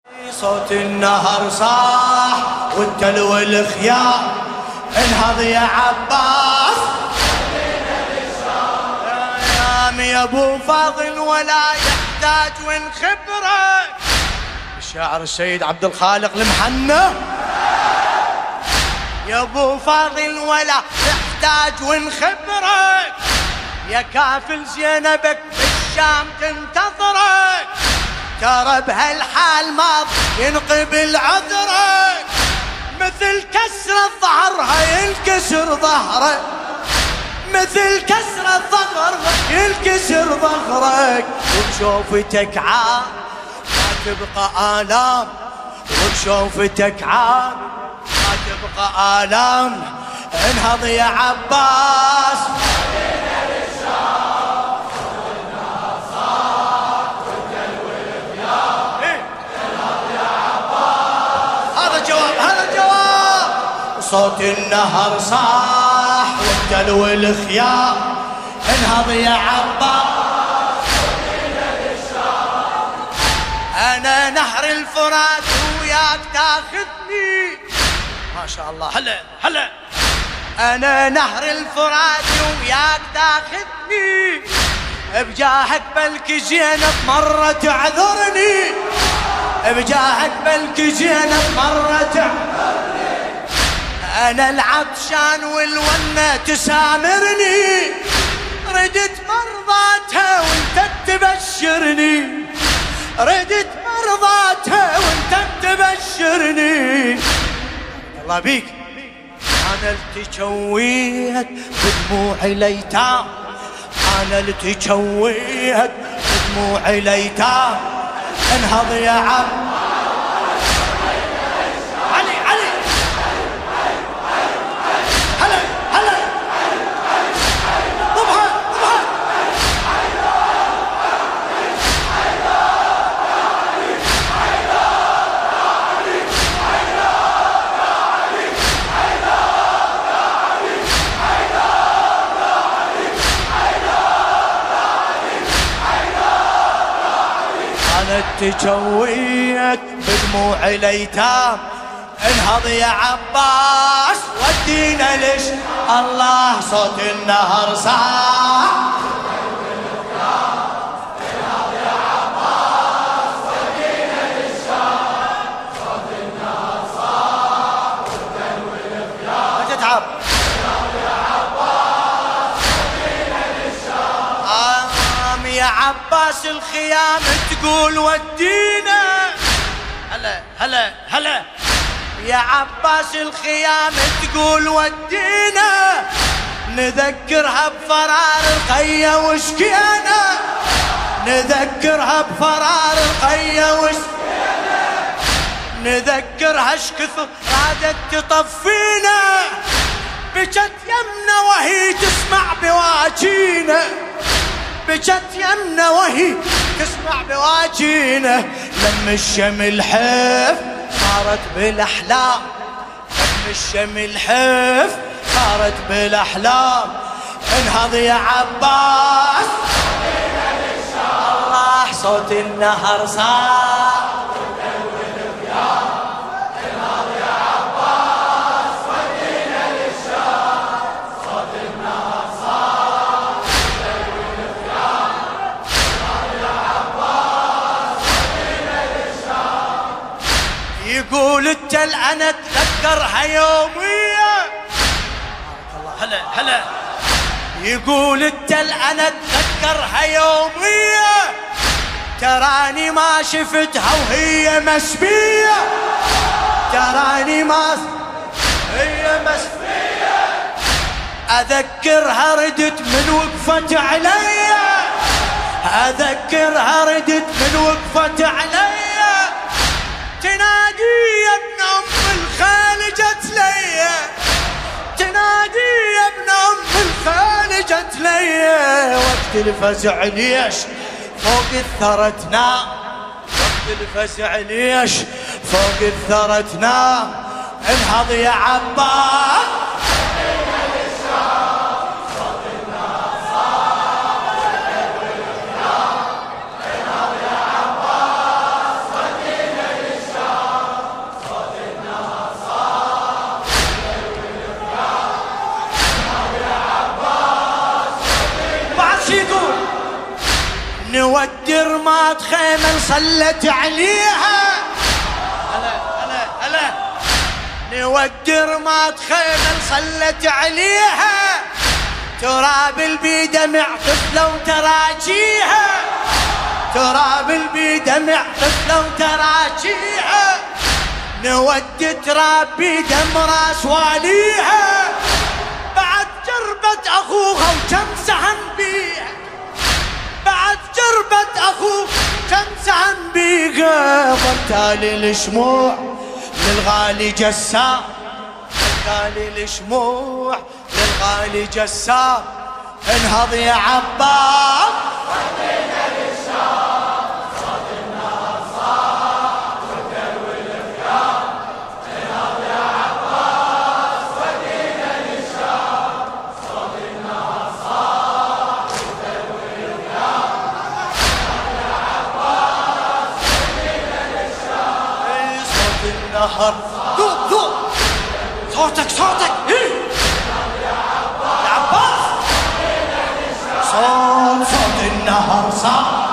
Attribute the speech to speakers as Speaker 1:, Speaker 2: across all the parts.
Speaker 1: صوت النهر صاح والتلو الخيار، انهض يا عباس يا ابو فاضل ولا يحتاج وين خبرك. الشاعر السيد عبد الخالق المحنة. يا ابو فاضل ولا يحتاج وين خبرك، يا كافل زينبك بالشام تنتظرك، ترى بهالحال ما ينقبل عذرك، مثل كسر ظهرها ينكسر ظهرك، مثل كسر الظهر ينكسر ظهرك، وبشوفتك عاد ما تبقى آلام، وبشوفتك عاد ما تبقى آلام. انهض يا عباس صوت النهر صاح والتلو الخيار، انهض يا عباس انا نهر الفرات وياك تاخذني. ما شاء الله هلا هلا. انا نهر الفرات وياك تاخذني، بجاهك بلك زينب مرة تعذرني، بجاهك بلك زينب مرة تعذرني، أنا العطشان والونة تسامرني، ردت مرضاتها وانت تبشرني، ردت مرضاتها وانت تبشرني. الله بيك. أنا التجويت بدموعي ليتام، أنا التجويت بدموعي ليتام. انهض يا عم تجويت بدموع الايتام. انهض يا عباس ودينا ليش الله صوت النهر صاح. انهض يا عباس ودينا للشام، صوت النهر صاح والدلو الخيار. ما تتعب. انهض يا عباس ودينا للشام، يا عباس الخيام تقول ودينا. هلا هلا هلا. يا عباس الخيام تقول ودينا، نذكرها بفرار القيا وشكينا، نذكرها بفرار القيا وشكينا، نذكرها شكثر رادت تطفينا، بجت يمنا وهي تسمع بواجينا، بجت يمنا وهي تسمع بواجينا. لما الشمل حف صارت بالاحلام، لما الشمل حف صارت بالاحلام. انهض يا عباس الله صوت النهر صار. يقول التل انا اتذكرها يوميا. الله هلا هلا. يقول التل انا اتذكرها يوميا، تراني ما شفتها وهي مسبية، تراني ما هي مسبية. اذكرها ردت من وقفت علي، اذكرها ردت من وقفت علي، تنادي يا ابن ام الخال جت لي، تنادي يا ابن ام الخال جت لي. وقت الفزع ليش فوق الثرى تنام، وقت الفزع ليش فوق الثرى تنام. انهض يا عباس نودي رماد خيمة صلت عليها. هلا نودي رماد خيمة صلت عليها، تراب البيدمع طفلة وتراجيها، تراب البيدمع طفلة وتراجيها، نودي تراب بيدم راس واليها، بعد جربت اخوها وكم سهن بيها، بعد جربت اخوها كم سهن بيها، ضلتالي الشموع للغالي جسام، ضلتالي الشموع للغالي جسام، انهض يا عباس ودينا للشام، صوت النهر صار والدلو الخيام، انهض يا عباس ودينا للشام، صوت النهر صار والدلو الخيام، انهض يا عباس ودينا للشام، صوت النهر ذوق صوتك صوت النهر صار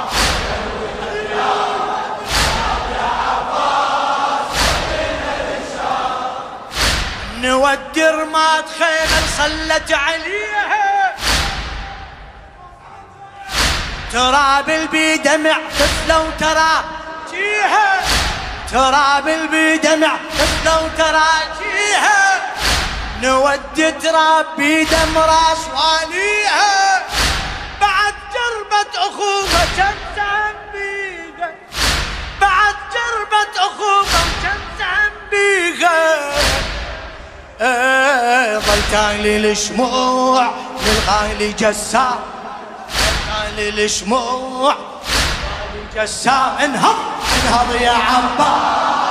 Speaker 1: نودي رماد خيمة صلت عليها، تراب البيدمع طفلة وتراجيها، تراب البيدمع طفلة وتراجيها، نودي تراب بيدم راس واليها، بعد جربت اخوها كم سهم بيها، بعد جربت اخوها كم سهم بيها، ضلتالي الشموع للغالي جسام، ضلتالي الشموع للغالي جسام، انهض يا عباس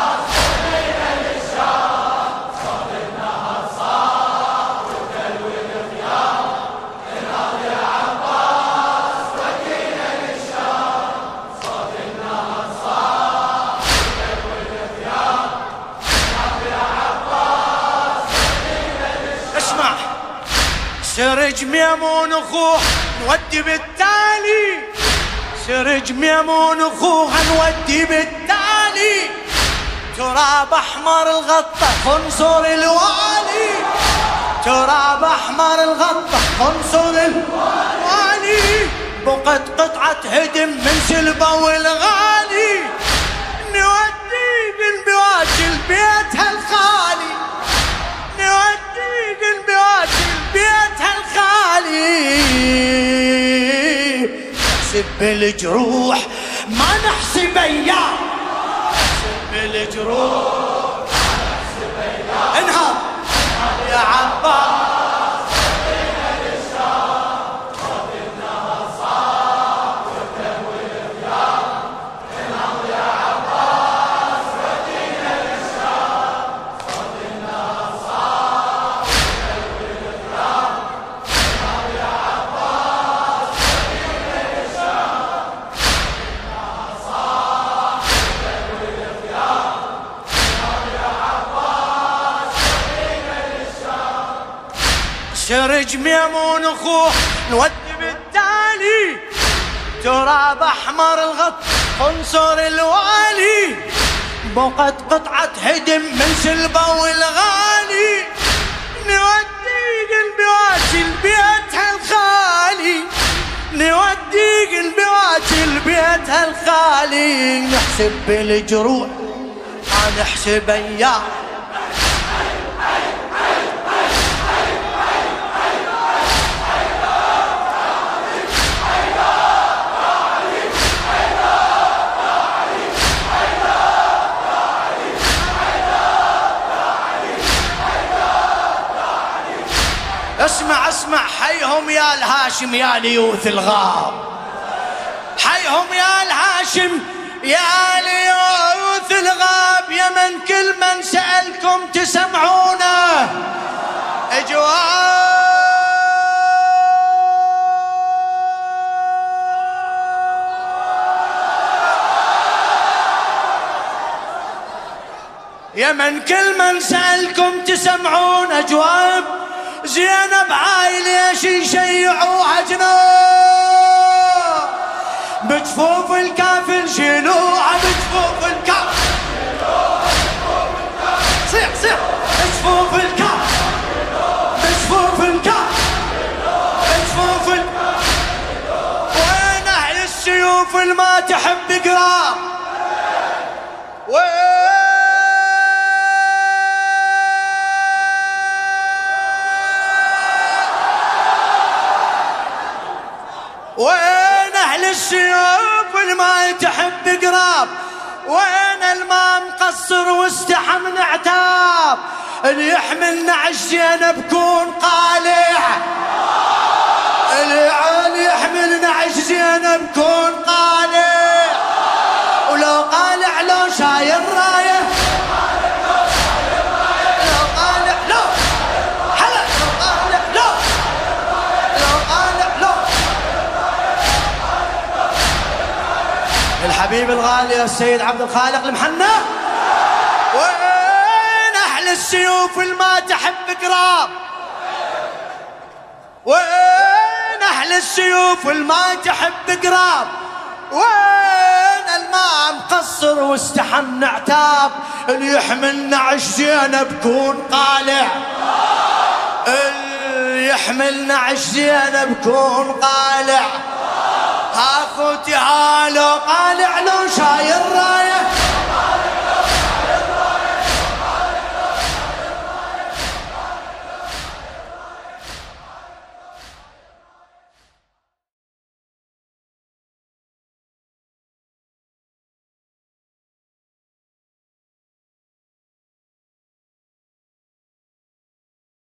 Speaker 1: سرج ميمون اخوه نودي بالتالي، سرج ميمون اخوه نودي بالتالي، تراب احمر الغطة خنصر الوالي، تراب احمر الغطة خنصر الوالي، بقت قطعة هدم من سلبة والغالي، نودي بالبواجي بيتها الخالي، نودي بالبواجي بيتها الخالي، نحسب بالجروح ما نحسب ايام، نحسب بالجروح ما نحسب ايام، انهض يا عباس ودينا للشام، صوت النهر صار والدلو الخيام، انهض يا عباس ودينا للشام، صوت النهر صار والدلو الخيام، انهض يا عباس ودينا للشام، النهر صار والدلو الخيام، انهض يا عباس ودينا للشام، سرج ميمون اخوه نودي بالتالي، تراب احمر الغط خنصر الوالي، بقت قطعة هدم من سلبة والغالي، نودي قلبي واجي بيتها الخالي، نودي قلبي واجي بيتها الخالي، نحسب بالجروح ما نحسب ايام، اسمع حيهم يا الهاشم يا ليوث الغاب، حيهم يا الهاشم يا ليوث الغاب، يا من كل من سألكم تسمعونه اجواب، يا من كل من سألكم تسمعون اجواب، زينب هاي ليش يشيعوها جنوب بجفوف الكاف نشيلوها بجفوف الكاف صيح صيح بجفوف الكاف بجفوف الكاف بجفوف الكاف وين أهل السيوف الما تحب قراب وين أهل السيوف الما تحب قراب وين الما مقصر واستحم نعتاب اللي يحملنا عالزينة بكون قالع اللي يحملنا عالزينة بكون قالع ولو قالع لو شايل رايه لو قالع لو حلق لو قالع لو قالع لو الحبيب الغالي السيد عبد الخالق المحنى وين أهل السيوف الما تحب قراب وين أهل السيوف الما تحب قراب وين الماء مقصر واستحم نعتاب اللي يحملنا عالزينة بكون قالع اللي يحملنا عالزينة بكون قالع ها خوتي ها لو قالع لو شايل